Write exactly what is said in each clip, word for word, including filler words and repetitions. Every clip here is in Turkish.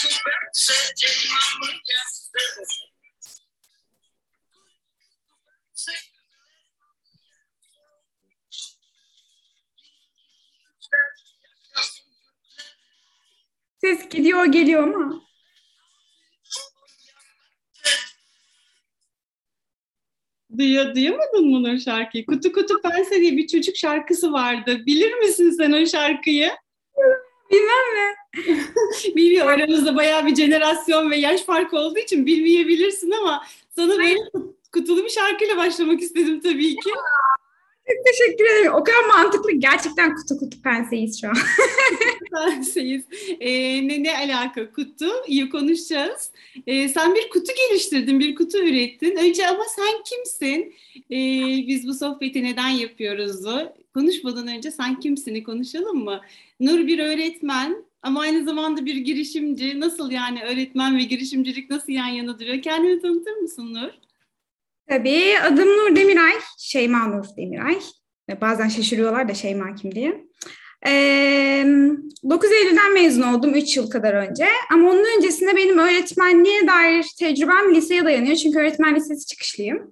Ses gidiyor geliyor ama. Duya, duyamadın mı Nur şarkıyı? Kutu Kutu Pense diye bir çocuk şarkısı vardı. Bilir misin sen o şarkıyı? Bilmem mi? Bilmiyorum, aramızda bayağı bir jenerasyon ve yaş farkı olduğu için bilmeyebilirsin ama sana böyle kutulu bir şarkıyla başlamak istedim tabii ki. Teşekkür ederim. O kadar mantıklı. Gerçekten kutu kutu penseyiz şu an. Penseyiz. Ee, ne, ne alaka kutu? İyi konuşacağız. Ee, sen bir kutu geliştirdin, bir kutu ürettin. Önce ama sen kimsin? Ee, biz bu sohbeti neden yapıyoruz'u konuşmadan önce sen kimsini konuşalım mı? Nur bir öğretmen ama aynı zamanda bir girişimci. Nasıl yani öğretmen ve girişimcilik nasıl yan yana duruyor? Kendini tanıtır mısın Nur? Tabii. Adım Nur Demiray. Şeyma Nur Demiray. Bazen şaşırıyorlar da Şeyma kim diye. Ee, dokuz Eylül'den mezun oldum üç yıl kadar önce. Ama onun öncesinde benim öğretmenliğe dair tecrübem liseye dayanıyor. Çünkü öğretmen lisesi çıkışlıyım.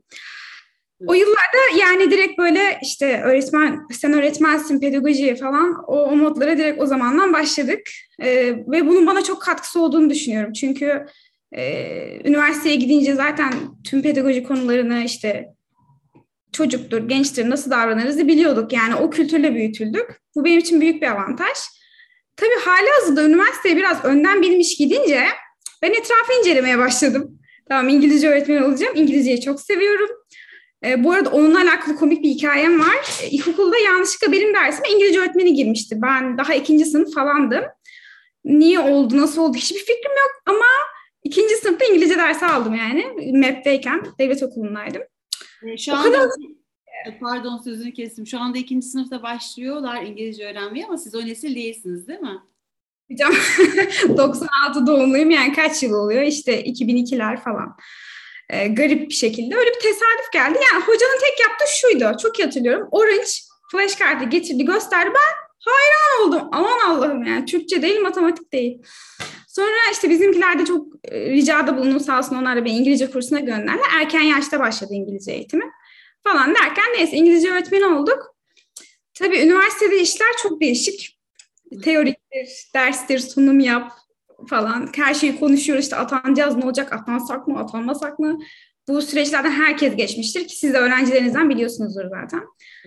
O yıllarda yani direkt böyle işte öğretmen, sen öğretmensin, pedagoji falan o, o modlara direkt o zamandan başladık. Ee, ve bunun bana çok katkısı olduğunu düşünüyorum. Çünkü e, üniversiteye gidince zaten tüm pedagoji konularını işte çocuktur, gençtir nasıl davranırızı biliyorduk. Yani o kültürle büyütüldük. Bu benim için büyük bir avantaj. Tabii halihazırda üniversiteye biraz önden bilmiş gidince ben etrafı incelemeye başladım. Tamam, İngilizce öğretmeni olacağım. İngilizceyi çok seviyorum. E, bu arada onunla alakalı komik bir hikayem var. E, ilkokulda yanlışlıkla benim dersime İngilizce öğretmeni girmişti. Ben daha ikinci sınıf falandım. Niye oldu, nasıl oldu hiçbir fikrim yok ama ikinci sınıfta İngilizce dersi aldım yani. M E P'teyken, devlet okulundaydım. Şu anda, kadar... pardon sözünü kestim. Şu anda ikinci sınıfta başlıyorlar İngilizce öğrenmeye ama siz o nesil değilsiniz değil mi? Hocam doksan altı doğumluyum yani kaç yıl oluyor işte iki bin ikiler falan. Ee, garip bir şekilde öyle bir tesadüf geldi. Yani hocanın tek yaptığı şuydu, çok iyi hatırlıyorum. Orange flash kartı getirdi gösterdi, ben hayran oldum. Aman Allah'ım yani Türkçe değil matematik değil. Sonra işte bizimkiler de çok e, ricada bulundu sağ olsun, onlar da beni İngilizce kursuna gönderdiler. Erken yaşta başladı İngilizce eğitimi falan derken neyse İngilizce öğretmeni olduk. Tabii üniversitede işler çok değişik. Teoriktir, derstir, sunum yap falan. Her şeyi konuşuyoruz işte atanacağız, ne olacak, atansak mı, atanmasak mı? Bu süreçlerden herkes geçmiştir ki siz de öğrencilerinizden biliyorsunuzdur zaten.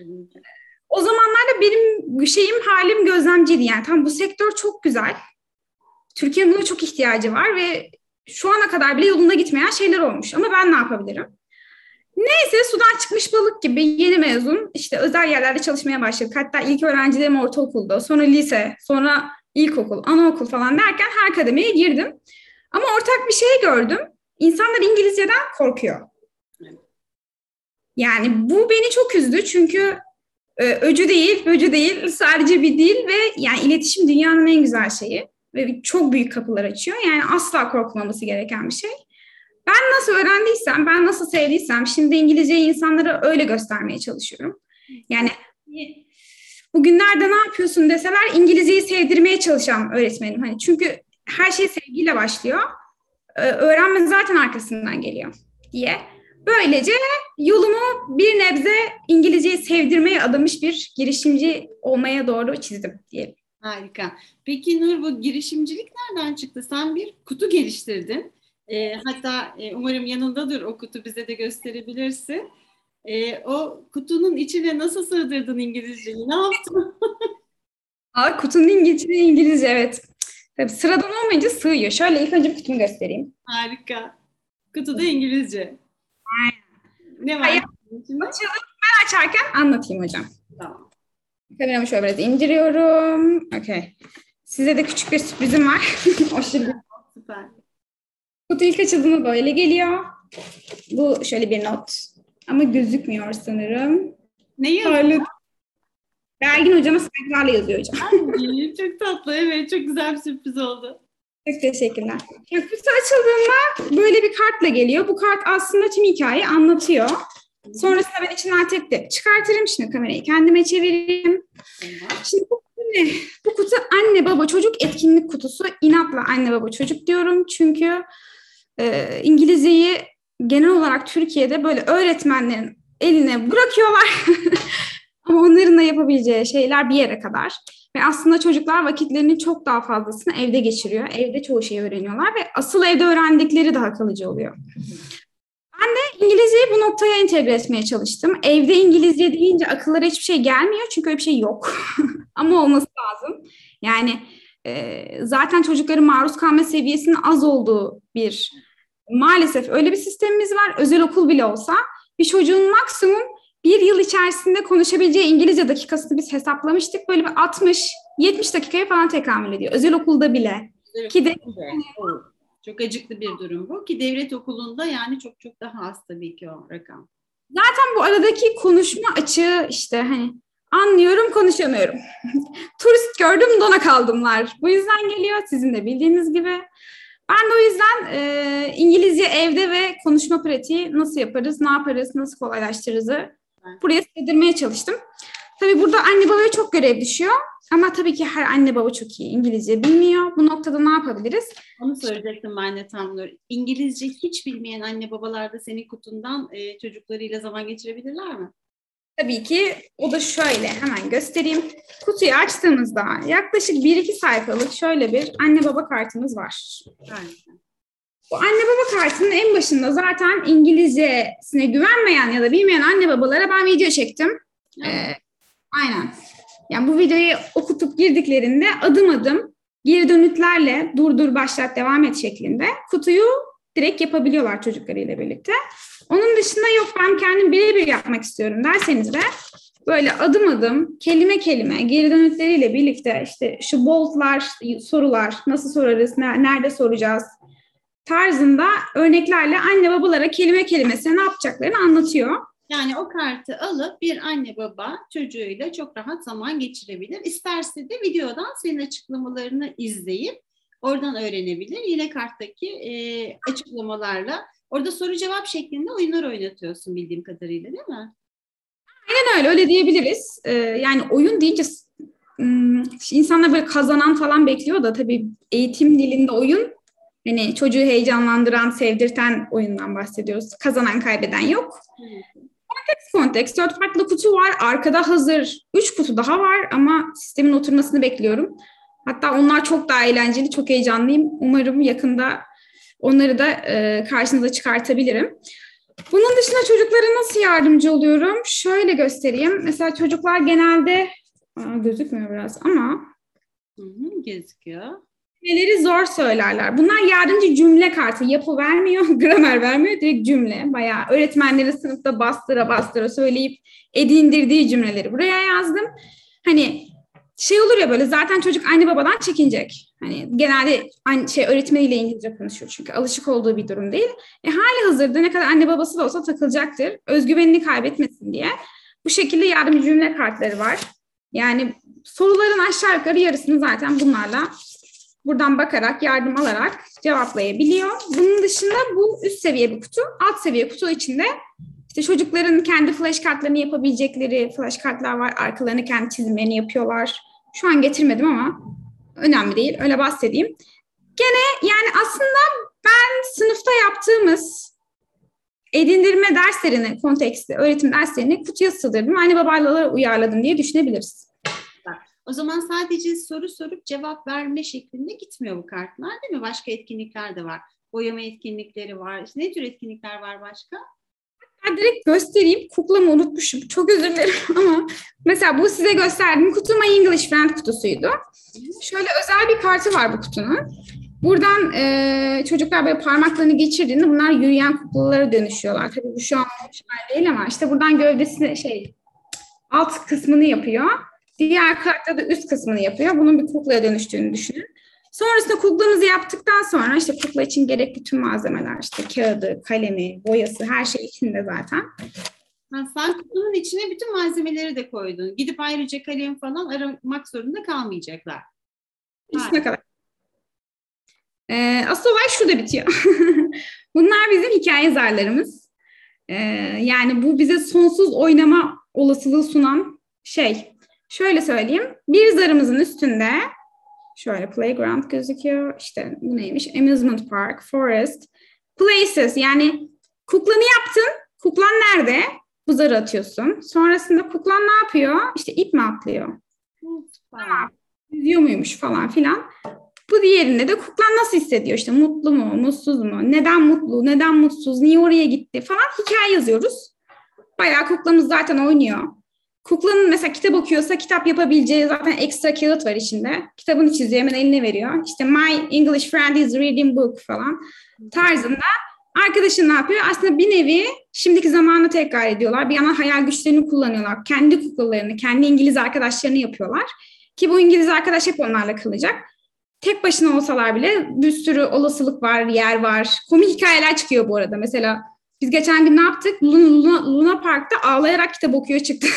O zamanlarda benim şeyim, halim gözlemciydi yani. Tam bu sektör çok güzel. Türkiye'nin buna çok ihtiyacı var ve şu ana kadar bile yolunda gitmeyen şeyler olmuş. Ama ben ne yapabilirim? Neyse sudan çıkmış balık gibi yeni mezun işte özel yerlerde çalışmaya başladık. Hatta ilk öğrencilerim ortaokulda, sonra lise, sonra ilkokul, anaokul falan derken her kademeye girdim. Ama ortak bir şey gördüm. İnsanlar İngilizceden korkuyor. Yani bu beni çok üzdü çünkü e, öcü değil, böcü değil, sadece bir dil ve yani iletişim dünyanın en güzel şeyi. Ve çok büyük kapılar açıyor. Yani asla korkmaması gereken bir şey. Ben nasıl öğrendiysem, ben nasıl sevdiysem şimdi İngilizceyi insanlara öyle göstermeye çalışıyorum. Yani bugünlerde ne yapıyorsun deseler İngilizceyi sevdirmeye çalışan öğretmenim. Hani çünkü her şey sevgiyle başlıyor. Öğrenme zaten arkasından geliyor diye. Böylece yolumu bir nebze İngilizceyi sevdirmeye adamış bir girişimci olmaya doğru çizdim diyelim. Harika. Peki Nur, bu girişimcilik nereden çıktı? Sen bir kutu geliştirdin. E, hatta e, umarım yanındadır o kutu, bize de gösterebilirsin. E, o kutunun içine nasıl sığdırdın İngilizceyi? Ne yaptın? Aa, kutunun içine İngilizce, evet. Tabii sıradan olmayınca sığıyor. Şöyle ilk önce kutumu göstereyim. Harika. Kutuda İngilizce. Aynen. Ne var? Hayır, açalım. Ben açarken anlatayım hocam. Tamam. Kameramı şöyle biraz indiriyorum. Okay. Size de küçük bir sürprizim var. O şimdi. Süper. Kutu ilk açıldığında böyle geliyor. Bu şöyle bir not. Ama gözükmüyor sanırım. Ne yazıyor? Belgin hocama saygılarla yazıyor hocam. Ay, çok tatlı, evet, çok güzel bir sürpriz oldu. Çok teşekkürler. Ya, kutu açıldığında böyle bir kartla geliyor. Bu kart aslında tüm hikayeyi anlatıyor. Sonrasında ben içinden tek tek çıkartırım. Şimdi kamerayı kendime çevireyim. Tamam. Şimdi bu Şimdi bu kutu anne baba çocuk etkinlik kutusu. İnatla anne baba çocuk diyorum. Çünkü e, İngilizceyi genel olarak Türkiye'de böyle öğretmenlerin eline bırakıyorlar. Ama onların da yapabileceği şeyler bir yere kadar. Ve aslında çocuklar vakitlerinin çok daha fazlasını evde geçiriyor. Evde çoğu şeyi öğreniyorlar ve asıl evde öğrendikleri daha kalıcı oluyor. Ben de İngilizceyi bu noktaya entegre etmeye çalıştım. Evde İngilizce deyince akıllara hiçbir şey gelmiyor çünkü öyle bir şey yok. Ama olması lazım. Yani e, zaten çocukların maruz kalma seviyesinin az olduğu bir, maalesef öyle bir sistemimiz var. Özel okul bile olsa bir çocuğun maksimum bir yıl içerisinde konuşabileceği İngilizce dakikasını biz hesaplamıştık. Böyle bir altmış yetmiş dakikaya falan tekamül ediyor. Özel okulda bile. Evet, Ki de evet. Çok acıklı bir durum bu ki devlet okulunda yani çok çok daha az tabii ki o rakam. zaten bu aradaki konuşma açığı işte hani anlıyorum konuşamıyorum. Turist gördüm dona kaldımlar. Bu yüzden geliyor sizin de bildiğiniz gibi. Ben de o yüzden e, İngilizce evde ve konuşma pratiği nasıl yaparız, ne yaparız, nasıl kolaylaştırırızı buraya sığdırmaya çalıştım. Tabii burada anne babaya çok görev düşüyor. Ama tabii ki her anne baba çok iyi İngilizce bilmiyor. Bu noktada ne yapabiliriz? Onu söyleyecektim ben de tam Nur. İngilizce hiç bilmeyen anne babalar da senin kutundan e, çocuklarıyla zaman geçirebilirler mi? Tabii ki o da şöyle, hemen göstereyim. Kutuyu açtığımızda yaklaşık bir iki sayfalık şöyle bir anne baba kartımız var. Aynen. Bu anne baba kartının en başında zaten İngilizcesine güvenmeyen ya da bilmeyen anne babalara ben video çektim. Ee, aynen. Yani bu videoyu okutup girdiklerinde adım adım geri dönütlerle dur dur başlat devam et şeklinde kutuyu direkt yapabiliyorlar çocuklarıyla birlikte. Onun dışında yok ben kendim birebir yapmak istiyorum derseniz de böyle adım adım kelime kelime geri dönütleriyle birlikte işte şu boldlar, sorular nasıl sorarız, nerede soracağız tarzında örneklerle anne babalara kelime kelimesine ne yapacaklarını anlatıyor. Yani o kartı alıp bir anne baba çocuğuyla çok rahat zaman geçirebilir. İsterse de videodan senin açıklamalarını izleyip oradan öğrenebilir. Yine karttaki e, açıklamalarla orada soru cevap şeklinde oyunlar oynatıyorsun bildiğim kadarıyla değil mi? Aynen öyle, öyle diyebiliriz. Ee, yani oyun deyince insanlar böyle kazanan falan bekliyor da tabii eğitim dilinde oyun hani çocuğu heyecanlandıran, sevdirten oyundan bahsediyoruz. Kazanan, kaybeden yok. Konteks konteks. Dört farklı kutu var. Arkada hazır üç kutu daha var ama sistemin oturmasını bekliyorum. Hatta onlar çok daha eğlenceli, çok heyecanlıyım. Umarım yakında onları da e, karşınıza çıkartabilirim. Bunun dışında çocuklara nasıl yardımcı oluyorum? Şöyle göstereyim. Mesela çocuklar genelde aa, gözükmüyor biraz ama Hı hı, gözüküyor. Cümleleri zor söylerler. Bunlar yardımcı cümle kartı. Yapı vermiyor, gramer vermiyor. Direkt cümle. Bayağı öğretmenleri sınıfta bastıra bastıra söyleyip edindirdiği cümleleri buraya yazdım. Hani şey olur ya böyle zaten çocuk anne babadan çekinecek. Hani genelde şey öğretmeniyle İngilizce konuşuyor çünkü alışık olduğu bir durum değil. E, hali hazırda ne kadar anne babası da olsa takılacaktır. Özgüvenini kaybetmesin diye. Bu şekilde yardımcı cümle kartları var. Yani soruların aşağı yukarı yarısını zaten bunlarla buradan bakarak, yardım alarak cevaplayabiliyor. Bunun dışında bu üst seviye bir kutu. Alt seviye kutu içinde işte çocukların kendi flash kartlarını yapabilecekleri flash kartlar var. Arkalarını kendi çizimlerini yapıyorlar. Şu an getirmedim ama önemli değil. Öyle bahsedeyim. Gene yani aslında ben sınıfta yaptığımız edindirme derslerini, konteksti, öğretim derslerini kutuya sığdırdım. Anne babalara uyarladım diye düşünebiliriz. O zaman sadece soru sorup cevap verme şeklinde gitmiyor bu kartlar değil mi? Başka etkinlikler de var. Boyama etkinlikleri var. İşte ne tür etkinlikler var başka? Ben direkt göstereyim. Kuklamı unutmuşum. Çok özür dilerim ama mesela bu size gösterdiğim kutu My English Friend kutusuydu. Şöyle özel bir kartı var bu kutunun. Buradan e, çocuklar böyle parmaklarını geçirdiğinde bunlar yürüyen kuklalara dönüşüyorlar. Tabii bu şu an değil ama işte buradan gövdesini şey alt kısmını yapıyor. Diğer kartta da üst kısmını yapıyor. Bunun bir kuklaya dönüştüğünü düşünün. Sonrasında kuklamızı yaptıktan sonra işte kukla için gerekli tüm malzemeler işte kağıdı, kalemi, boyası her şey içinde zaten. Ha, sen kutunun içine bütün malzemeleri de koydun. Gidip ayrıca kalem falan aramak zorunda kalmayacaklar. İçine kadar. Ee, asıl olay şurada bitiyor. Bunlar bizim hikaye zarlarımız. Ee, yani bu bize sonsuz oynama olasılığı sunan şey. Şöyle söyleyeyim. Bir zarımızın üstünde şöyle playground gözüküyor. İşte bu neymiş? Amusement park, forest, places. Yani kuklanı yaptın. Kuklan nerede? Bu zarı atıyorsun. Sonrasında kuklan ne yapıyor? İşte ip mi atlıyor? Süper. Yüzüyor muymuş falan filan. Bu diğerinde de kuklan nasıl hissediyor? İşte mutlu mu, mutsuz mu? Neden mutlu, neden mutsuz, niye oraya gitti falan hikaye yazıyoruz. Bayağı kuklamız zaten oynuyor. Kuklanın mesela kitap okuyorsa kitap yapabileceği zaten ekstra kağıt var içinde. Kitabını çiziyor, hemen eline veriyor. İşte my English friend is reading book falan tarzında. Arkadaşın ne yapıyor? Aslında bir nevi şimdiki zamanı tekrar ediyorlar. Bir yandan hayal güçlerini kullanıyorlar. Kendi kuklalarını, kendi İngiliz arkadaşlarını yapıyorlar. Ki bu İngiliz arkadaş hep onlarla kalacak. Tek başına olsalar bile bir sürü olasılık var, yer var. Komik hikayeler çıkıyor bu arada. Mesela biz geçen gün ne yaptık? Luna, Luna, Luna Park'ta ağlayarak kitap okuyor çıktı.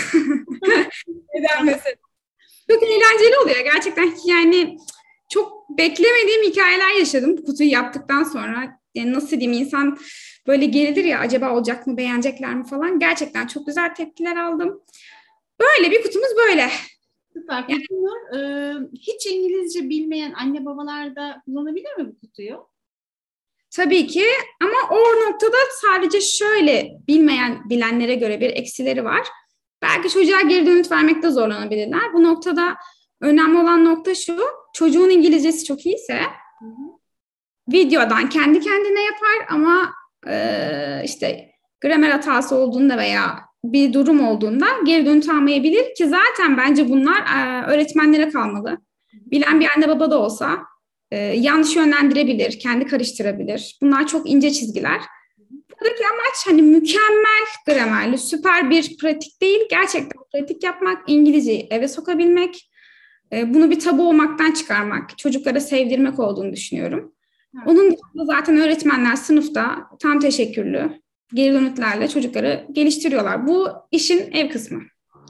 Neden mesela? Çok eğlenceli oluyor gerçekten. Yani çok beklemediğim hikayeler yaşadım bu kutuyu yaptıktan sonra. Yani nasıl diyeyim, insan böyle gerilir ya, acaba olacak mı, beğenecekler mi falan. Gerçekten çok güzel tepkiler aldım. Böyle bir kutumuz böyle. Süper. Peki Nur, e, hiç İngilizce bilmeyen anne babalar da kullanabilir mi bu kutuyu? Tabii ki, ama o noktada sadece şöyle, bilmeyen bilenlere göre bir eksileri var. Belki çocuğa geri dönüt vermekte zorlanabilirler. Bu noktada önemli olan nokta şu: çocuğun İngilizcesi çok iyiyse Hı hı. videodan kendi kendine yapar, ama e, işte gramer hatası olduğunda veya bir durum olduğunda geri dönüt almayabilir ki zaten bence bunlar e, öğretmenlere kalmalı. Bilen bir anne baba da olsa e, yanlış yönlendirebilir, kendi karıştırabilir. Bunlar çok ince çizgiler. Buradaki amaç hani mükemmel gramerli, süper bir pratik değil. Gerçekten pratik yapmak, İngilizceyi eve sokabilmek, e, bunu bir tabu olmaktan çıkarmak, çocuklara sevdirmek olduğunu düşünüyorum. Evet. Onun dışında zaten öğretmenler sınıfta tam teşekkürlü geri dönütlerle çocukları geliştiriyorlar. Bu işin ev kısmı.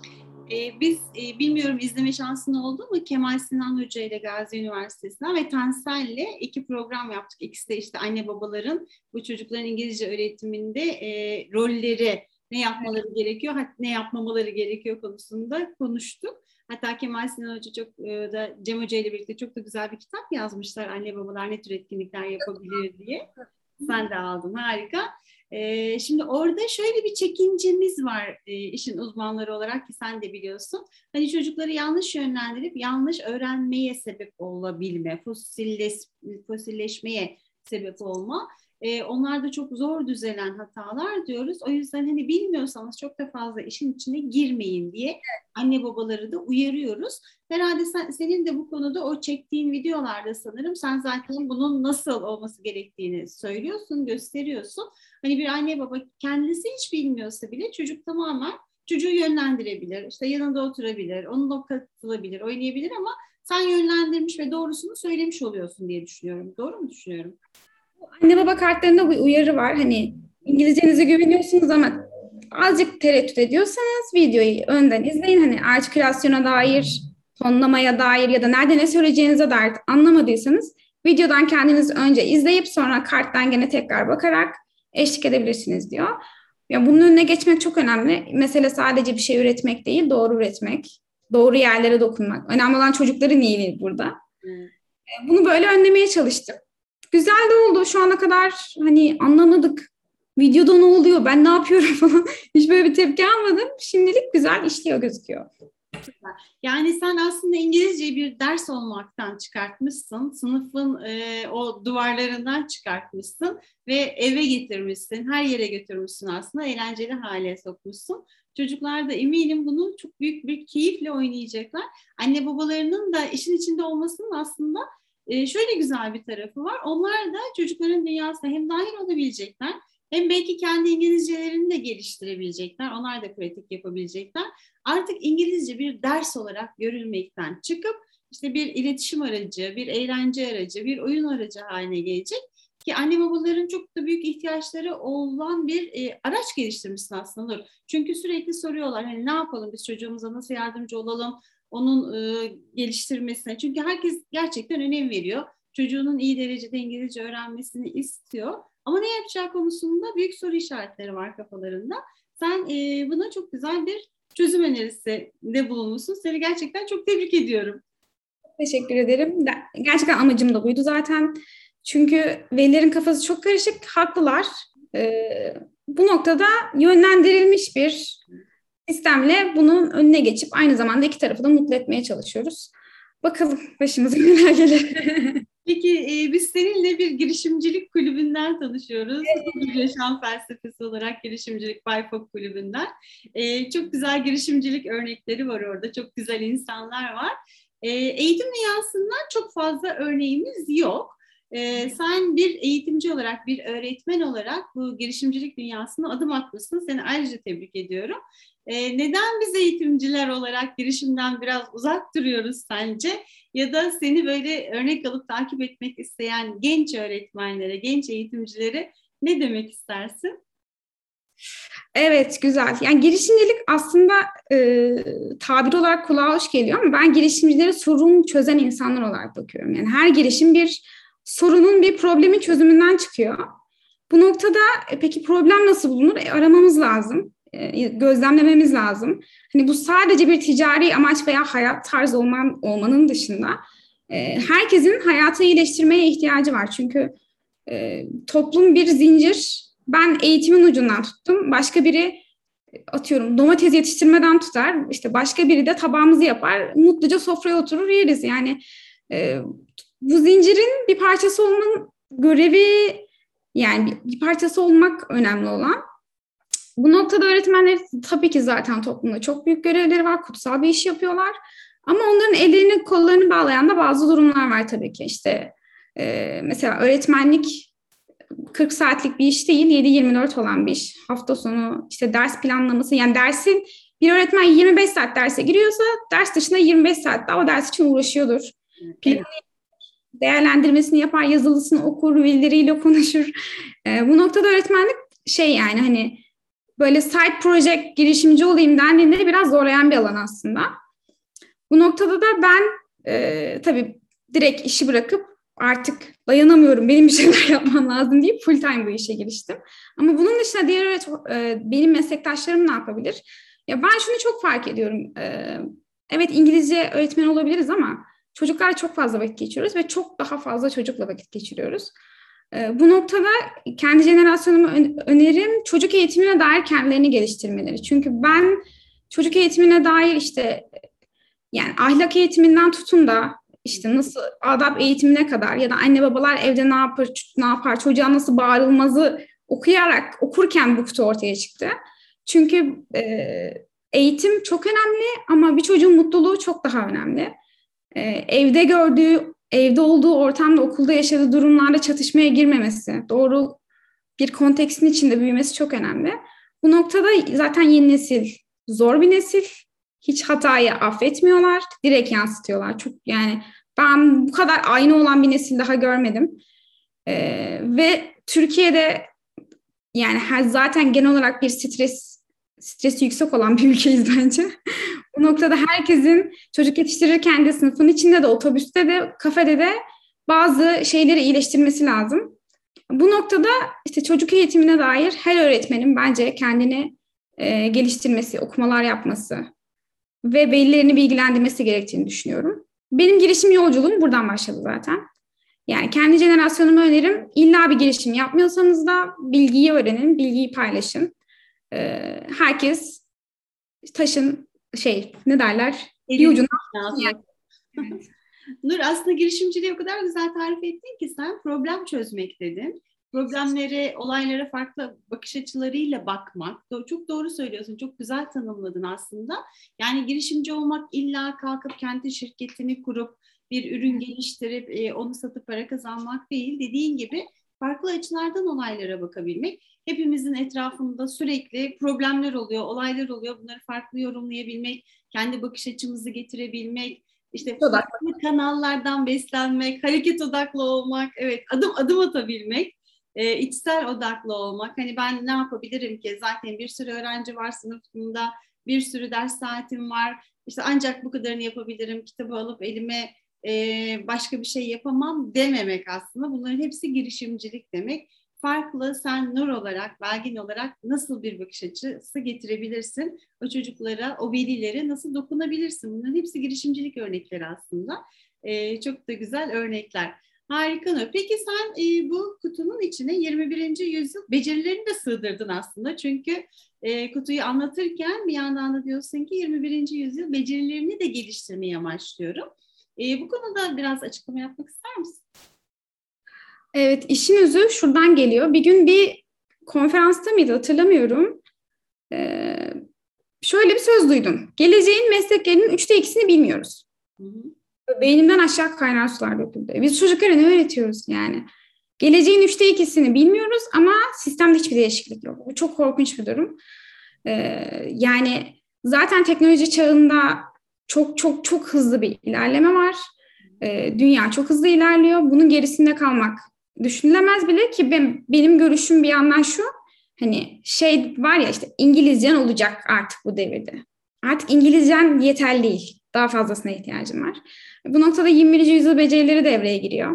Ee, biz e, bilmiyorum izleme şansın oldu mu? Kemal Sinan Hoca ile Gazi Üniversitesi'nden ve Tensel'le iki program yaptık. İkisi de işte anne babaların bu çocukların İngilizce öğretiminde e, rolleri, ne yapmaları gerekiyor, hatta ne yapmamaları gerekiyor konusunda konuştuk. Hatta Kemal Sinan Hoca çok e, da Cem Hoca ile birlikte çok da güzel bir kitap yazmışlar. Anne babalar ne tür etkinlikler yapabilir diye. Sen de aldın, harika. Ee, şimdi orada şöyle bir çekincemiz var e, işin uzmanları olarak, ki sen de biliyorsun. Hani çocukları yanlış yönlendirip yanlış öğrenmeye sebep olabilme, fosilleş, fosilleşmeye sebep olma. Ee, onlar da çok zor düzelen hatalar diyoruz. O yüzden hani bilmiyorsanız çok da fazla işin içine girmeyin diye anne babaları da uyarıyoruz. Herhalde sen, senin de bu konuda o çektiğin videolarda sanırım sen zaten bunun nasıl olması gerektiğini söylüyorsun, gösteriyorsun. Hani bir anne baba kendisi hiç bilmiyorsa bile çocuk tamamen çocuğu yönlendirebilir. İşte yanında oturabilir, onunla katılabilir, oynayabilir, ama sen yönlendirmiş ve doğrusunu söylemiş oluyorsun diye düşünüyorum. Doğru mu düşünüyorum? Anne baba kartlarında bir uyarı var. Hani İngilizcenize güveniyorsunuz ama azıcık tereddüt ediyorsanız videoyu önden izleyin. Hani artikülasyona dair, tonlamaya dair ya da nerede ne söyleyeceğinize dair anlamadıysanız videodan kendiniz önce izleyip sonra karttan gene tekrar bakarak eşlik edebilirsiniz diyor. Ya bunun önüne geçmek çok önemli. Mesele sadece bir şey üretmek değil, doğru üretmek, doğru yerlere dokunmak. Önemli olan çocukların iyiliği burada. Evet. Bunu böyle önlemeye çalıştım. Güzel de oldu. Şu ana kadar hani anlamadık. Videoda ne oluyor? Ben ne yapıyorum falan. Hiç böyle bir tepki almadım. Şimdilik güzel işliyor gözüküyor. Yani sen aslında İngilizceyi bir ders olmaktan çıkartmışsın, sınıfın e, o duvarlarından çıkartmışsın ve eve getirmişsin, her yere götürmüşsün, aslında eğlenceli hale sokmuşsun. Çocuklar da eminim bunu çok büyük bir keyifle oynayacaklar. Anne babalarının da işin içinde olmasının aslında e, şöyle güzel bir tarafı var. Onlar da çocukların dünyasına hem dahil olabilecekler, hem belki kendi İngilizcelerini de geliştirebilecekler. Onlar da pratik yapabilecekler. Artık İngilizce bir ders olarak görülmekten çıkıp işte bir iletişim aracı, bir eğlence aracı, bir oyun aracı haline gelecek. Ki anne babaların çok da büyük ihtiyaçları olan bir e, araç geliştirmişsin aslında Nur. Çünkü sürekli soruyorlar hani ne yapalım, biz çocuğumuza nasıl yardımcı olalım onun e, geliştirmesine. Çünkü herkes gerçekten önem veriyor. Çocuğunun iyi derecede İngilizce öğrenmesini istiyor. Ama ne yapacağı konusunda büyük soru işaretleri var kafalarında. Sen e, buna çok güzel bir çözüm önerisinde bulunmuşsun. Seni gerçekten çok tebrik ediyorum. Teşekkür ederim. Gerçekten amacım da buydu zaten. Çünkü velilerin kafası çok karışık, haklılar. Ee, bu noktada yönlendirilmiş bir sistemle bunun önüne geçip aynı zamanda iki tarafı da mutlu etmeye çalışıyoruz. Bakalım başımıza neler gelir. Peki e, biz seninle bir girişimcilik kulübünden tanışıyoruz. Bir yaşam felsefesi olarak girişimcilik Bay Fogg kulübünden. E, çok güzel girişimcilik örnekleri var orada. Çok güzel insanlar var. E, eğitim dünyasından çok fazla örneğimiz yok. E, sen bir eğitimci olarak, bir öğretmen olarak bu girişimcilik dünyasına adım atmışsın. Seni ayrıca tebrik ediyorum. E, neden biz eğitimciler olarak girişimden biraz uzak duruyoruz sence? Ya da seni böyle örnek alıp takip etmek isteyen genç öğretmenlere, genç eğitimcilere ne demek istersin? Evet, güzel. Yani girişimcilik aslında e, tabir olarak kulağa hoş geliyor ama ben girişimcilere sorun çözen insanlar olarak bakıyorum. Yani her girişim bir sorunun, bir problemin çözümünden çıkıyor. Bu noktada e, peki problem nasıl bulunur? E, aramamız lazım, e, gözlemlememiz lazım. Hani bu sadece bir ticari amaç veya hayat tarzı olman, olmanın dışında e, herkesin hayatı iyileştirmeye ihtiyacı var. Çünkü e, toplum bir zincir. Ben eğitimin ucundan tuttum. Başka biri atıyorum domates yetiştirmeden tutar. İşte başka biri de tabağımızı yapar. Mutluca sofraya oturur yeriz. Yani e, bu zincirin bir parçası olmanın görevi, yani bir, bir parçası olmak önemli olan. Bu noktada öğretmenler tabii ki zaten toplumda çok büyük görevleri var. Kutsal bir iş yapıyorlar. Ama onların ellerini kollarını bağlayan da bazı durumlar var tabii ki. İşte e, mesela öğretmenlik kırk saatlik bir iş değil, yedi yirmi dört olan bir iş. Hafta sonu işte ders planlaması, yani dersin, bir öğretmen yirmi beş saat derse giriyorsa ders dışında yirmi beş saat daha o ders için uğraşıyordur. Planı, Evet. değerlendirmesini yapar, yazılısını okur, velileriyle konuşur. E, bu noktada öğretmenlik şey, yani hani böyle side project girişimci olayım dendiğinde biraz zorlayan bir alan aslında. Bu noktada da ben e, tabii direkt işi bırakıp artık dayanamıyorum, benim bir şeyler yapmam lazım deyip full time bu işe giriştim. Ama bunun dışında diğer e, benim meslektaşlarım ne yapabilir? Ya ben şunu çok fark ediyorum. E, evet, İngilizce öğretmen olabiliriz ama çocuklarla çok fazla vakit geçiriyoruz ve çok daha fazla çocukla vakit geçiriyoruz. E, bu noktada kendi jenerasyonumu önerim çocuk eğitimine dair kendilerini geliştirmeleri. Çünkü ben çocuk eğitimine dair işte, yani ahlak eğitiminden tutun da işte nasıl adab eğitimine kadar ya da anne babalar evde ne yapar, ne yapar, çocuğa nasıl bağırılmazı okuyarak, okurken bu kutu ortaya çıktı. Çünkü e, eğitim çok önemli ama bir çocuğun mutluluğu çok daha önemli. E, evde gördüğü, evde olduğu ortamda, okulda yaşadığı durumlarda çatışmaya girmemesi, doğru bir kontekstin içinde büyümesi çok önemli. Bu noktada zaten yeni nesil zor bir nesil. Hiç hatayı affetmiyorlar. Direkt yansıtıyorlar. Çok, yani ben bu kadar aynı olan bir nesil daha görmedim. Ee, ve Türkiye'de yani her, zaten genel olarak bir stres stresi yüksek olan bir ülkeyiz bence. Bu noktada herkesin çocuk yetiştirirken de sınıfın içinde de, otobüste de, kafede de bazı şeyleri iyileştirmesi lazım. Bu noktada işte çocuk eğitimine dair her öğretmenin bence kendini e, geliştirmesi, okumalar yapması ve velilerini bilgilendirmesi gerektiğini düşünüyorum. Benim girişim yolculuğum buradan başladı zaten. Yani kendi jenerasyonumu önerim, illa bir girişim yapmıyorsanız da bilgiyi öğrenin, bilgiyi paylaşın. E, herkes taşın şey, ne derler, bir Elini ucundan lazım. yani. Nur, aslında girişimciliği o kadar güzel tarif ettin ki sen problem çözmek dedin. Problemlere, olaylara farklı bakış açılarıyla bakmak. Çok doğru söylüyorsun, çok güzel tanımladın aslında. Yani girişimci olmak illa kalkıp kendi şirketini kurup bir ürün geliştirip e, onu satıp para kazanmak değil. Dediğin gibi farklı açılardan olaylara bakabilmek. Hepimizin etrafında sürekli problemler oluyor, olaylar oluyor. Bunları farklı yorumlayabilmek, kendi bakış açımızı getirebilmek, işte farklı kanallardan beslenmek, hareket odaklı olmak, evet, adım adım atabilmek, e, içsel odaklı olmak. Hani ben ne yapabilirim ki? Zaten bir sürü öğrenci var sınıfımda, bir sürü ders saatim var. İşte ancak bu kadarını yapabilirim. Kitabı alıp elime e, başka bir şey yapamam dememek aslında. Bunların hepsi girişimcilik demek. farklı, sen Nur olarak, Belgin olarak nasıl bir bakış açısı getirebilirsin? O çocuklara, o velilere nasıl dokunabilirsin? Bunların hepsi girişimcilik örnekleri aslında. Ee, çok da güzel örnekler. Harika Nur. Peki sen e, bu kutunun içine yirmi birinci yüzyıl becerilerini de sığdırdın aslında. Çünkü e, kutuyu anlatırken bir yandan da diyorsun ki yirmi birinci yüzyıl becerilerini de geliştirmeyi amaçlıyorum. E, bu konuda biraz açıklama yapmak ister misin? Evet, işin özü şuradan geliyor. Bir gün bir konferansta mıydı hatırlamıyorum. Ee, şöyle bir söz duydum. Geleceğin mesleklerinin üçte ikisini bilmiyoruz. Hı hı. Beynimden aşağı kaynar sular döküldü. Biz çocuklara ne öğretiyoruz yani? Geleceğin üçte ikisini bilmiyoruz ama sistemde hiçbir değişiklik yok. Bu çok korkunç bir durum. Ee, yani zaten teknoloji çağında çok çok çok hızlı bir ilerleme var. Ee, dünya çok hızlı ilerliyor. Bunun gerisinde kalmak düşünülemez bile ki ben, benim görüşüm bir yandan şu. Hani şey var ya işte İngilizcen olacak artık bu devirde. Artık İngilizcen yeterli değil. Daha fazlasına ihtiyacım var. Bu noktada yirmi birinci yüzyıl becerileri devreye giriyor.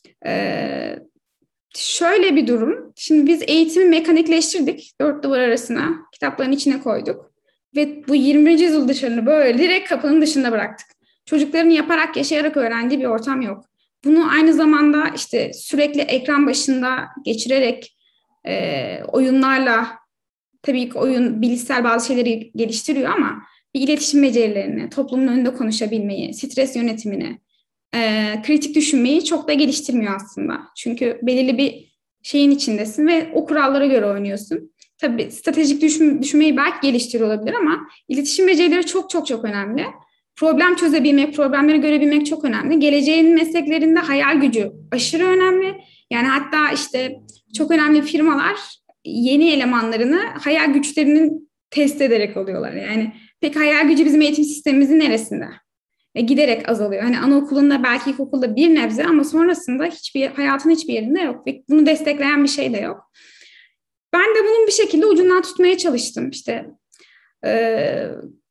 Ee, şöyle bir durum. Şimdi biz eğitimi mekanikleştirdik. Dört duvar arasına, kitapların içine koyduk. Ve bu yirmi birinci yüzyıl dışarını böyle direkt kapının dışında bıraktık. Çocukların yaparak, yaşayarak öğrendiği bir ortam yok. Bunu aynı zamanda işte sürekli ekran başında geçirerek e, oyunlarla, tabii ki oyun bilişsel bazı şeyleri geliştiriyor ama bir iletişim becerilerini, toplumun önünde konuşabilmeyi, stres yönetimini, e, kritik düşünmeyi çok da geliştirmiyor aslında. Çünkü belirli bir şeyin içindesin ve o kurallara göre oynuyorsun. Tabii stratejik düşün, düşünmeyi belki geliştiriyor olabilir ama iletişim becerileri çok çok çok önemli. Problem çözebilmek, problemleri görebilmek çok önemli. Geleceğin mesleklerinde hayal gücü aşırı önemli. Yani hatta işte çok önemli firmalar yeni elemanlarını hayal güçlerinin test ederek alıyorlar. Yani peki hayal gücü bizim eğitim sistemimizin neresinde? E, giderek azalıyor. Hani anaokulunda belki ilkokulda bir nebze ama sonrasında hiçbir hayatın hiçbir yerinde yok. Ve bunu destekleyen bir şey de yok. Ben de bunun bir şekilde ucundan tutmaya çalıştım. İşte e,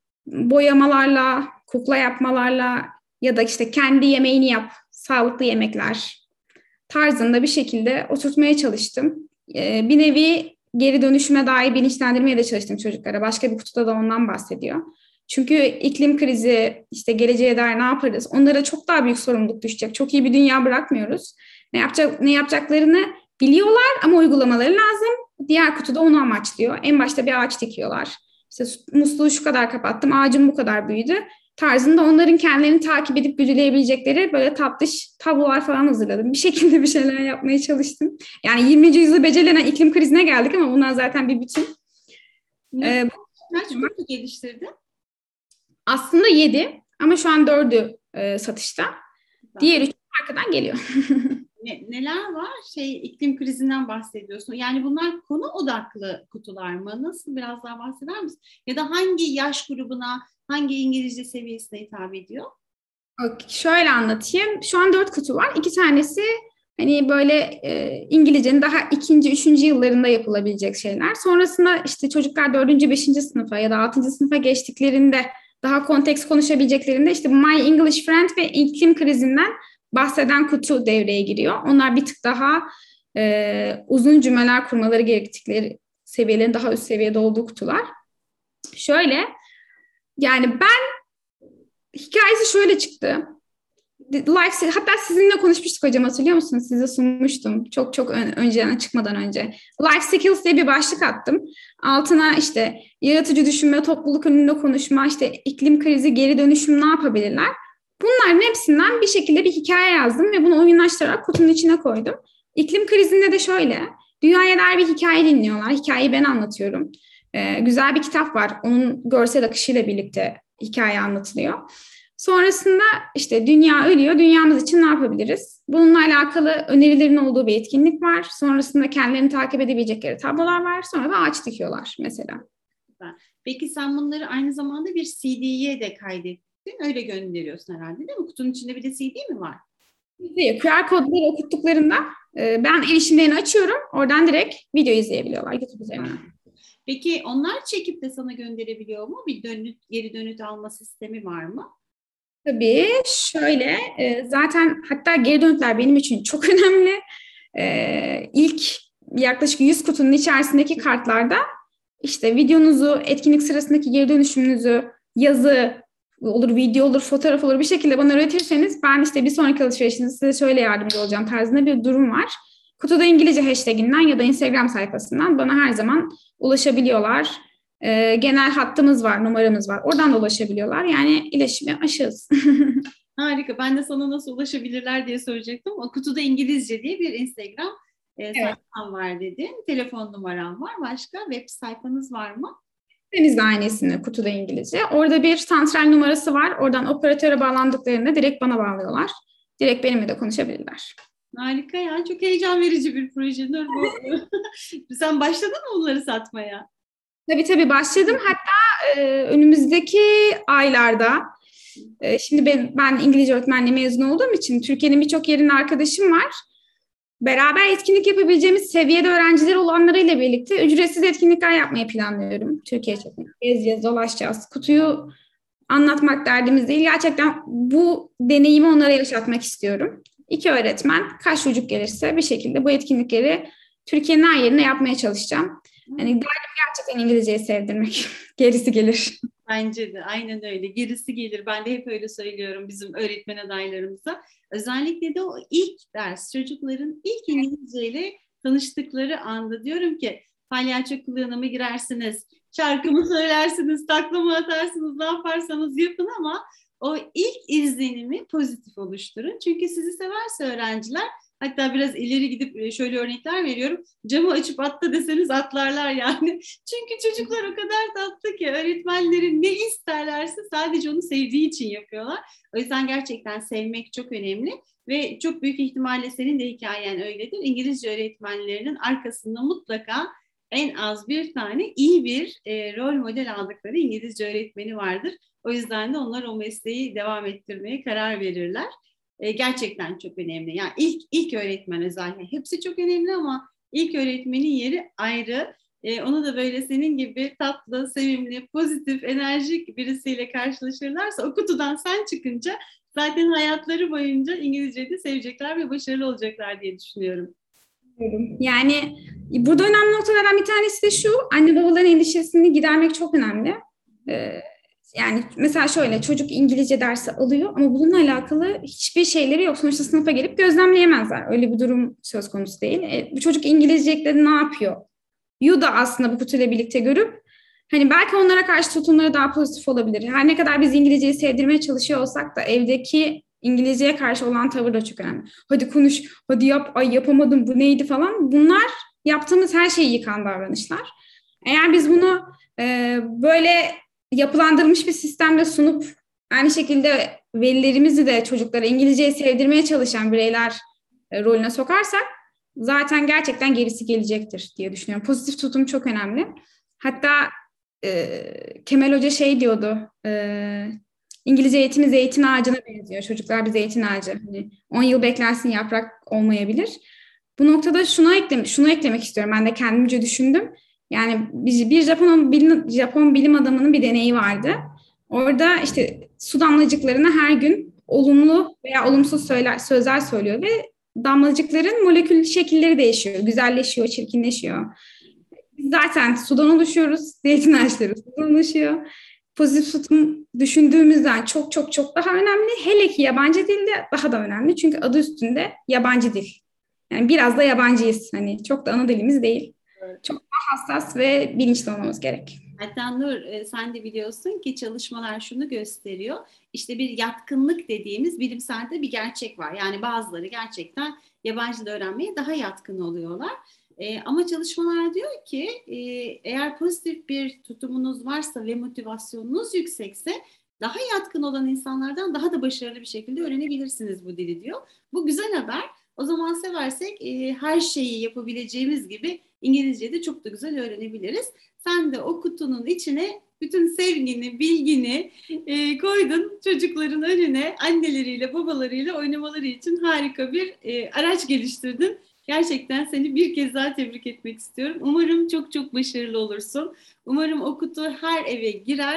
boyamalarla, kukla yapmalarla ya da işte kendi yemeğini yap, sağlıklı yemekler tarzında bir şekilde oturtmaya çalıştım. E, bir nevi geri dönüşüme dair bilinçlendirmeye de çalıştım çocuklara. Başka bir kutuda da ondan bahsediyor. Çünkü iklim krizi, işte geleceğe dair ne yaparız? Onlara çok daha büyük sorumluluk düşecek. Çok iyi bir dünya bırakmıyoruz. Ne yapacak, ne yapacaklarını biliyorlar ama uygulamaları lazım. Diğer kutuda onu amaçlıyor. En başta bir ağaç dikiyorlar. İşte musluğu şu kadar kapattım, ağacım bu kadar büyüdü tarzında onların kendilerini takip edip güdüleyebilecekleri böyle tatlış tablolar falan hazırladım. Bir şekilde bir şeyler yapmaya çalıştım. Yani yirminci yüzyılda becerilen iklim krizine geldik ama bunlar zaten bir bütün. Ne, Ee, kaç kutu geliştirdin? aslında yedi ama şu an dördü e, satışta. Güzel. Diğer üçü arkadan geliyor. Ne, neler var? Şey iklim krizinden bahsediyorsun. Yani bunlar konu odaklı kutular mı? Nasıl biraz daha bahseder misin? Ya da hangi yaş grubuna, hangi İngilizce seviyesine hitap ediyor? Okay, şöyle anlatayım. Şu an dört kutu var. İki tanesi hani böyle e, İngilizcenin daha ikinci, üçüncü yıllarında yapılabilecek şeyler. Sonrasında işte çocuklar dördüncü, beşinci sınıfa ya da altıncı sınıfa geçtiklerinde daha konteks konuşabileceklerinde işte My English Friend ve iklim krizinden bahseden kutu devreye giriyor. Onlar bir tık daha e, uzun cümleler kurmaları gerektikleri seviyelerin daha üst seviyede olduğu kutular. Şöyle yani ben hikayesi şöyle çıktı. Life, hatta sizinle konuşmuştuk hocam hatırlıyor musunuz? Size sunmuştum çok çok ön, önceden çıkmadan önce. Life Skills diye bir başlık attım. Altına işte yaratıcı düşünme, topluluk önünde konuşma, işte iklim krizi, geri dönüşüm ne yapabilirler? Bunların hepsinden bir şekilde bir hikaye yazdım ve bunu oyunlaştırarak kutunun içine koydum. İklim krizinde de şöyle, dünyaya dair bir hikaye dinliyorlar. Hikayeyi ben anlatıyorum. Ee, güzel bir kitap var. Onun görsel akışıyla birlikte hikaye anlatılıyor. Sonrasında işte dünya ölüyor, dünyamız için ne yapabiliriz? Bununla alakalı önerilerin olduğu bir etkinlik var. Sonrasında kendilerini takip edebilecekleri tablolar var. Sonra da ağaç dikiyorlar mesela. Peki sen bunları aynı zamanda bir C D'ye de kaydettin. Öyle gönderiyorsun herhalde değil mi? Kutunun içinde bir de C D mi var? Q R kodları okuttuklarında ben erişimlerini açıyorum. Oradan direkt video izleyebiliyorlar YouTube üzerinden. Peki onlar çekip de sana gönderebiliyor mu? Bir dönüt, geri dönüt alma sistemi var mı? Tabii şöyle zaten hatta geri dönütler benim için çok önemli. İlk yaklaşık yüz kutunun içerisindeki kartlarda işte videonuzu, etkinlik sırasındaki geri dönüşümünüzü, yazı olur, video olur, fotoğraf olur bir şekilde bana öğretirseniz ben işte bir sonraki alışverişinizde size şöyle yardımcı olacağım tarzında bir durum var. Kutuda İngilizce hashtaginden ya da Instagram sayfasından bana her zaman ulaşabiliyorlar. Ee, genel hattımız var, numaramız var. Oradan da ulaşabiliyorlar. Yani iletişime açığız. Harika. Ben de sana nasıl ulaşabilirler diye soracaktım. O Kutuda İngilizce diye bir Instagram e, Evet. sayfam var dedin. Telefon numaram var. Başka web sayfanız var mı? Deniz de aynı isimli Kutuda İngilizce. Orada bir santral numarası var. Oradan operatöre bağlandıklarında direkt bana bağlıyorlar. Direkt benimle de konuşabilirler. Harika ya. Çok heyecan verici bir proje. Nur bu. Sen başladın mı bunları satmaya? Tabii tabii başladım. Hatta e, önümüzdeki aylarda e, şimdi ben, ben İngilizce öğretmenliği mezun olduğum için Türkiye'nin birçok yerinde arkadaşım var. Beraber etkinlik yapabileceğimiz seviyede öğrencileri olanlarıyla birlikte ücretsiz etkinlikler yapmayı planlıyorum. Türkiye çapında gezeceğiz, dolaşacağız. Kutuyu anlatmak derdimiz değil. Gerçekten bu deneyimi onlara yaşatmak istiyorum. İki öğretmen kaç çocuk gelirse bir şekilde bu etkinlikleri Türkiye'nin her yerine yapmaya çalışacağım. Yani derdim gerçekten İngilizceyi sevdirmek. Gerisi gelir. Bence de aynen öyle. Gerisi gelir. Ben de hep öyle söylüyorum bizim öğretmen adaylarımıza. Özellikle de o ilk ders, çocukların ilk İngilizceyle tanıştıkları anda diyorum ki palyaço kılığına mı girersiniz, şarkı mı söylersiniz, takla mı atarsınız, ne yaparsanız yapın ama o ilk izlenimi pozitif oluşturun. Çünkü sizi severse öğrenciler, hatta biraz ileri gidip şöyle örnekler veriyorum. Camı açıp atla deseniz atlarlar yani. Çünkü çocuklar o kadar tatlı ki öğretmenlerin ne isterlerse sadece onu sevdiği için yapıyorlar. O yüzden gerçekten sevmek çok önemli ve çok büyük ihtimalle senin de hikayen öyledir. İngilizce öğretmenlerinin arkasında mutlaka en az bir tane iyi bir e, rol model aldıkları İngilizce öğretmeni vardır. O yüzden de onlar o mesleği devam ettirmeye karar verirler. E, gerçekten çok önemli. Yani ilk ilk öğretmen özellikle hepsi çok önemli ama ilk öğretmenin yeri ayrı. E, onu da böyle senin gibi tatlı, sevimli, pozitif, enerjik birisiyle karşılaşırlarsa o kutudan sen çıkınca zaten hayatları boyunca İngilizceyi de sevecekler ve başarılı olacaklar diye düşünüyorum. Yani burada önemli noktalardan bir tanesi de şu, anne babaların endişesini gidermek çok önemli. Ee, yani mesela şöyle, çocuk İngilizce dersi alıyor ama bununla alakalı hiçbir şeyleri yok. Sonuçta sınıfa gelip gözlemleyemezler. Öyle bir durum söz konusu değil. E, bu çocuk İngilizce'de ne yapıyor? Yu da aslında bu kutuyla birlikte görüp hani belki onlara karşı tutumları daha pozitif olabilir. Her ne kadar biz İngilizceyi sevdirmeye çalışıyor olsak da evdeki İngilizceye karşı olan tavır da çok önemli. Hadi konuş, hadi yap, ay yapamadım, bu neydi falan. Bunlar yaptığımız her şeyi yıkan davranışlar. Eğer biz bunu e, böyle yapılandırılmış bir sistemde sunup aynı şekilde velilerimizi de çocuklara İngilizceyi sevdirmeye çalışan bireyler e, rolüne sokarsak zaten gerçekten gerisi gelecektir diye düşünüyorum. Pozitif tutum çok önemli. Hatta e, Kemal Hoca şey diyordu, e, İngilizce eğitimi zeytin ağacına benziyor. Çocuklar bir zeytin ağacı. Hani on yıl beklersin yaprak olmayabilir. Bu noktada şuna eklemek, şunu eklemek istiyorum. Ben de kendimce düşündüm. Yani bir, bir Japon bilim, Japon bilim adamının bir deneyi vardı. Orada işte su damlacıklarına her gün olumlu veya olumsuz söyler, sözler söylüyor ve damlacıkların molekül şekilleri değişiyor, güzelleşiyor, çirkinleşiyor. Biz zaten sudan oluşuyoruz, zeytin ağaçları sudan oluşuyor. Pozitif tutum düşündüğümüzden çok çok çok daha önemli. Hele ki yabancı dilde daha da önemli. Çünkü adı üstünde yabancı dil. Yani biraz da yabancıyız. Hani çok da ana dilimiz değil. Evet. Çok daha hassas ve bilinçli olmamız gerek. Hatta Nur, sen de biliyorsun ki çalışmalar şunu gösteriyor. İşte bir yatkınlık dediğimiz bilimsel de bir gerçek var. Yani bazıları gerçekten yabancı dil öğrenmeye daha yatkın oluyorlar. E, ama çalışmalar diyor ki e, eğer pozitif bir tutumunuz varsa ve motivasyonunuz yüksekse daha yatkın olan insanlardan daha da başarılı bir şekilde öğrenebilirsiniz bu dili diyor. Bu güzel haber. O zaman seversek e, her şeyi yapabileceğimiz gibi İngilizce'de çok da güzel öğrenebiliriz. Sen de o kutunun içine bütün sevgini, bilgini e, koydun çocukların önüne, anneleriyle, babalarıyla oynamaları için harika bir e, araç geliştirdin. Gerçekten seni bir kez daha tebrik etmek istiyorum. Umarım çok çok başarılı olursun. Umarım o kutu her eve girer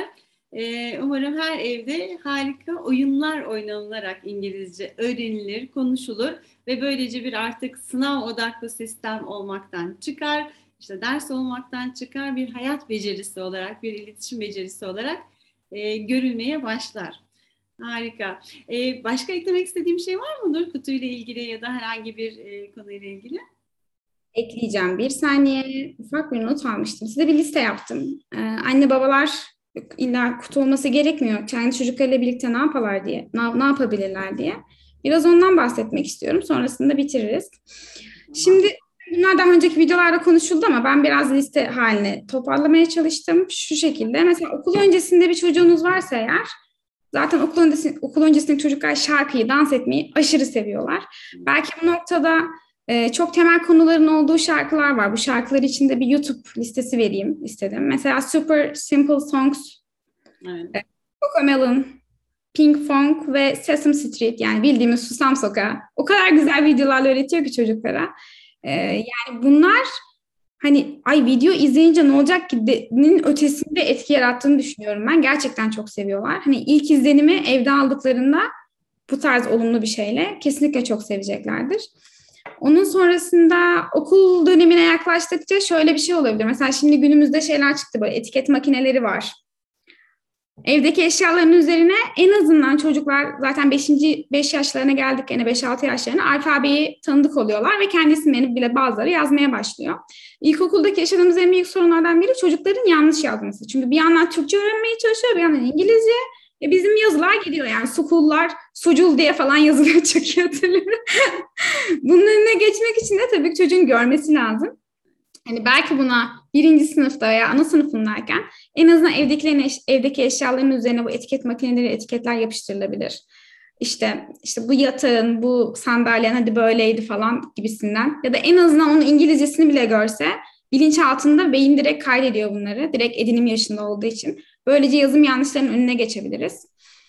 Ee, umarım her evde harika oyunlar oynanılarak İngilizce öğrenilir, konuşulur ve böylece bir artık sınav odaklı sistem olmaktan çıkar, işte ders olmaktan çıkar, bir hayat becerisi olarak, bir iletişim becerisi olarak e, görülmeye başlar. Harika. Ee, başka eklemek istediğim şey var mıdır kutuyla ilgili ya da herhangi bir e, konuyla ilgili? Ekleyeceğim. Bir saniye ufak bir not almıştım. Size bir liste yaptım. Ee, anne babalar illa kutu olması gerekmiyor. Kendi çocuklarıyla birlikte ne yaparlar diye, ne, ne yapabilirler diye. Biraz ondan bahsetmek istiyorum. Sonrasında bitiririz. Şimdi bunlar daha önceki videolarda konuşuldu ama ben biraz liste haline toparlamaya çalıştım. Şu şekilde mesela okul öncesinde bir çocuğunuz varsa eğer zaten okul öncesinde, okul öncesindeki çocuklar şarkıyı, dans etmeyi aşırı seviyorlar. Belki bu noktada e, çok temel konuların olduğu şarkılar var. Bu şarkılar için de bir YouTube listesi vereyim istedim. Mesela Super Simple Songs, Evet. e, Cocomelon, Pink Fong ve Sesame Street, yani bildiğimiz Susam Sokağı. O kadar güzel videolarla öğretiyor ki çocuklara. E, yani bunlar hani ay video izleyince ne olacak ki'nin ötesinde etki yarattığını düşünüyorum ben. Gerçekten çok seviyorlar. Hani ilk izlenimi evde aldıklarında bu tarz olumlu bir şeyle kesinlikle çok seveceklerdir. Onun sonrasında okul dönemine yaklaştıkça şöyle bir şey olabilir. Mesela şimdi günümüzde şeyler çıktı, böyle etiket makineleri var. Evdeki eşyaların üzerine en azından çocuklar zaten beşinci beş yaşlarına geldik, yani beş altı yaşlarına alfabeyi tanıdık oluyorlar ve kendi isimlerini bile bazıları yazmaya başlıyor. İlkokuldaki yaşadığımız en büyük sorunlardan biri çocukların yanlış yazması. Çünkü bir yandan Türkçe öğrenmeye çalışıyor, bir yandan İngilizce. E bizim yazılar gidiyor, yani sukullar, sucul diye falan yazılıyor, çok iyi hatırlıyorum. Bunun önüne geçmek için de tabii çocuğun görmesi lazım. Hani belki buna birinci sınıfta veya ana sınıfındayken en azından evdekilerin evdeki eşyaların üzerine bu etiket makineleri, etiketler yapıştırılabilir. İşte işte bu yatağın, bu sandalyen hadi böyleydi falan gibisinden. Ya da en azından onun İngilizcesini bile görse bilinçaltında beyin direkt kaydediyor bunları. Direkt edinim yaşında olduğu için. Böylece yazım yanlışlarının önüne geçebiliriz.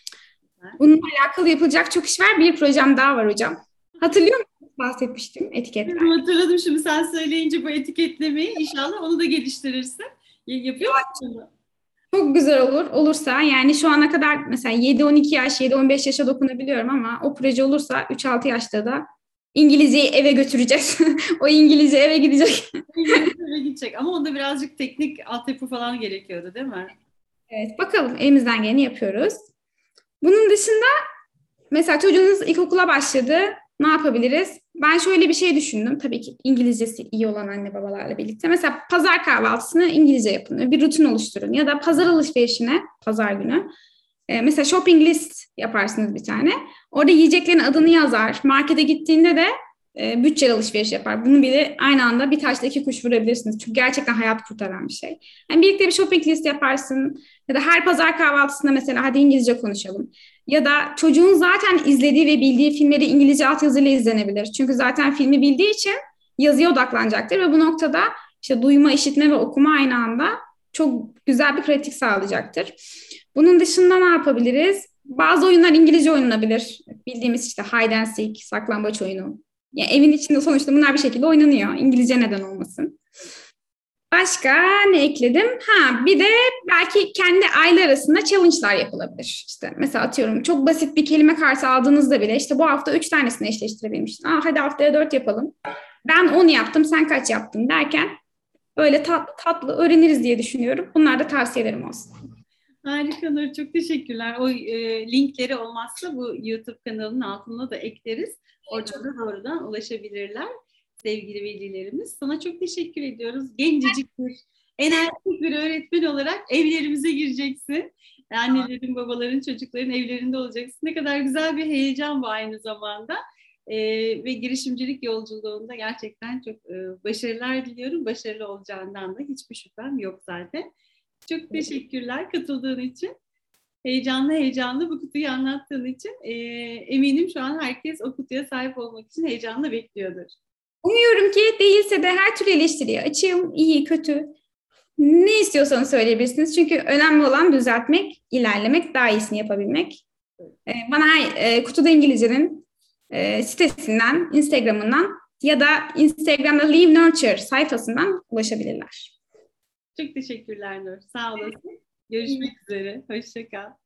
Bununla alakalı yapılacak çok iş var. Bir projem daha var hocam. Hatırlıyor musunuz? Bahsetmiştim etiketler. Hatırladım şimdi sen söyleyince bu etiketlemeyi. İnşallah onu da geliştirirsin. Yapıyor musun bunu? Çok güzel olur. Olursa yani şu ana kadar mesela yedi on iki yaş, yedi on beş yaşa dokunabiliyorum ama o proje olursa üç altı yaşta da İngilizceyi eve götüreceğiz. O İngilizce eve gidecek. İngilizce eve gidecek ama onda birazcık teknik altyapı falan gerekiyordu değil mi? Evet, bakalım elimizden geleni yapıyoruz. Bunun dışında mesela çocuğunuz ilkokula başladı. Ne yapabiliriz? Ben şöyle bir şey düşündüm. Tabii ki İngilizcesi iyi olan anne babalarla birlikte. Mesela pazar kahvaltısını İngilizce yapın. Bir rutin oluşturun. Ya da pazar alışverişine pazar günü. E, mesela shopping list yaparsınız bir tane. Orada yiyeceklerin adını yazar. Markete gittiğinde de e, bütçeli alışveriş yapar. Bunu bile aynı anda bir taşla iki kuş vurabilirsiniz. Çünkü gerçekten hayat kurtaran bir şey. Yani birlikte bir shopping list yaparsın. Ya da her pazar kahvaltısında mesela hadi İngilizce konuşalım. Ya da çocuğun zaten izlediği ve bildiği filmleri İngilizce altyazıyla izlenebilir. Çünkü zaten filmi bildiği için yazıya odaklanacaktır ve bu noktada işte duyma, işitme ve okuma aynı anda çok güzel bir pratik sağlayacaktır. Bunun dışında ne yapabiliriz? Bazı oyunlar İngilizce oynanabilir. Bildiğimiz işte hide and seek, saklambaç oyunu. Yani evin içinde sonuçta bunlar bir şekilde oynanıyor. İngilizce neden olmasın? Başka ne ekledim? Ha, bir de belki kendi aile arasında challenge'lar yapılabilir. İşte mesela atıyorum çok basit bir kelime kartı aldığınızda bile işte bu hafta üç tanesini eşleştirebilmiştin. Aa, hadi haftaya dört yapalım. Ben on yaptım, sen kaç yaptın derken böyle tatlı tatlı öğreniriz diye düşünüyorum. Bunlar da tavsiyelerim olsun. Harika Nur, çok teşekkürler. O e, linkleri olmazsa bu YouTube kanalının altına da ekleriz. Oradan da doğrudan ulaşabilirler sevgili velilerimiz. Sana çok teşekkür ediyoruz. Gencecik bir, enerjik bir öğretmen olarak evlerimize gireceksin. Annelerin, babaların, çocukların evlerinde olacaksın. Ne kadar güzel bir heyecan bu aynı zamanda. Ee, ve girişimcilik yolculuğunda gerçekten çok e, başarılar diliyorum. Başarılı olacağından da hiçbir şüphem yok zaten. Çok teşekkürler katıldığın için. Heyecanlı heyecanlı bu kutuyu anlattığın için. Ee, eminim şu an herkes o kutuya sahip olmak için heyecanla bekliyordur. Umuyorum ki, değilse de her türlü eleştiriye açığım, iyi, kötü. Ne istiyorsanız söyleyebilirsiniz. Çünkü önemli olan düzeltmek, ilerlemek, daha iyisini yapabilmek. Ee, bana e, Kutuda İngilizce'nin e, sitesinden, Instagram'ından ya da Instagram'da Live Nurture sayfasından ulaşabilirler. Çok teşekkürler Nur. Sağ olasın. Görüşmek üzere. Hoşça kal.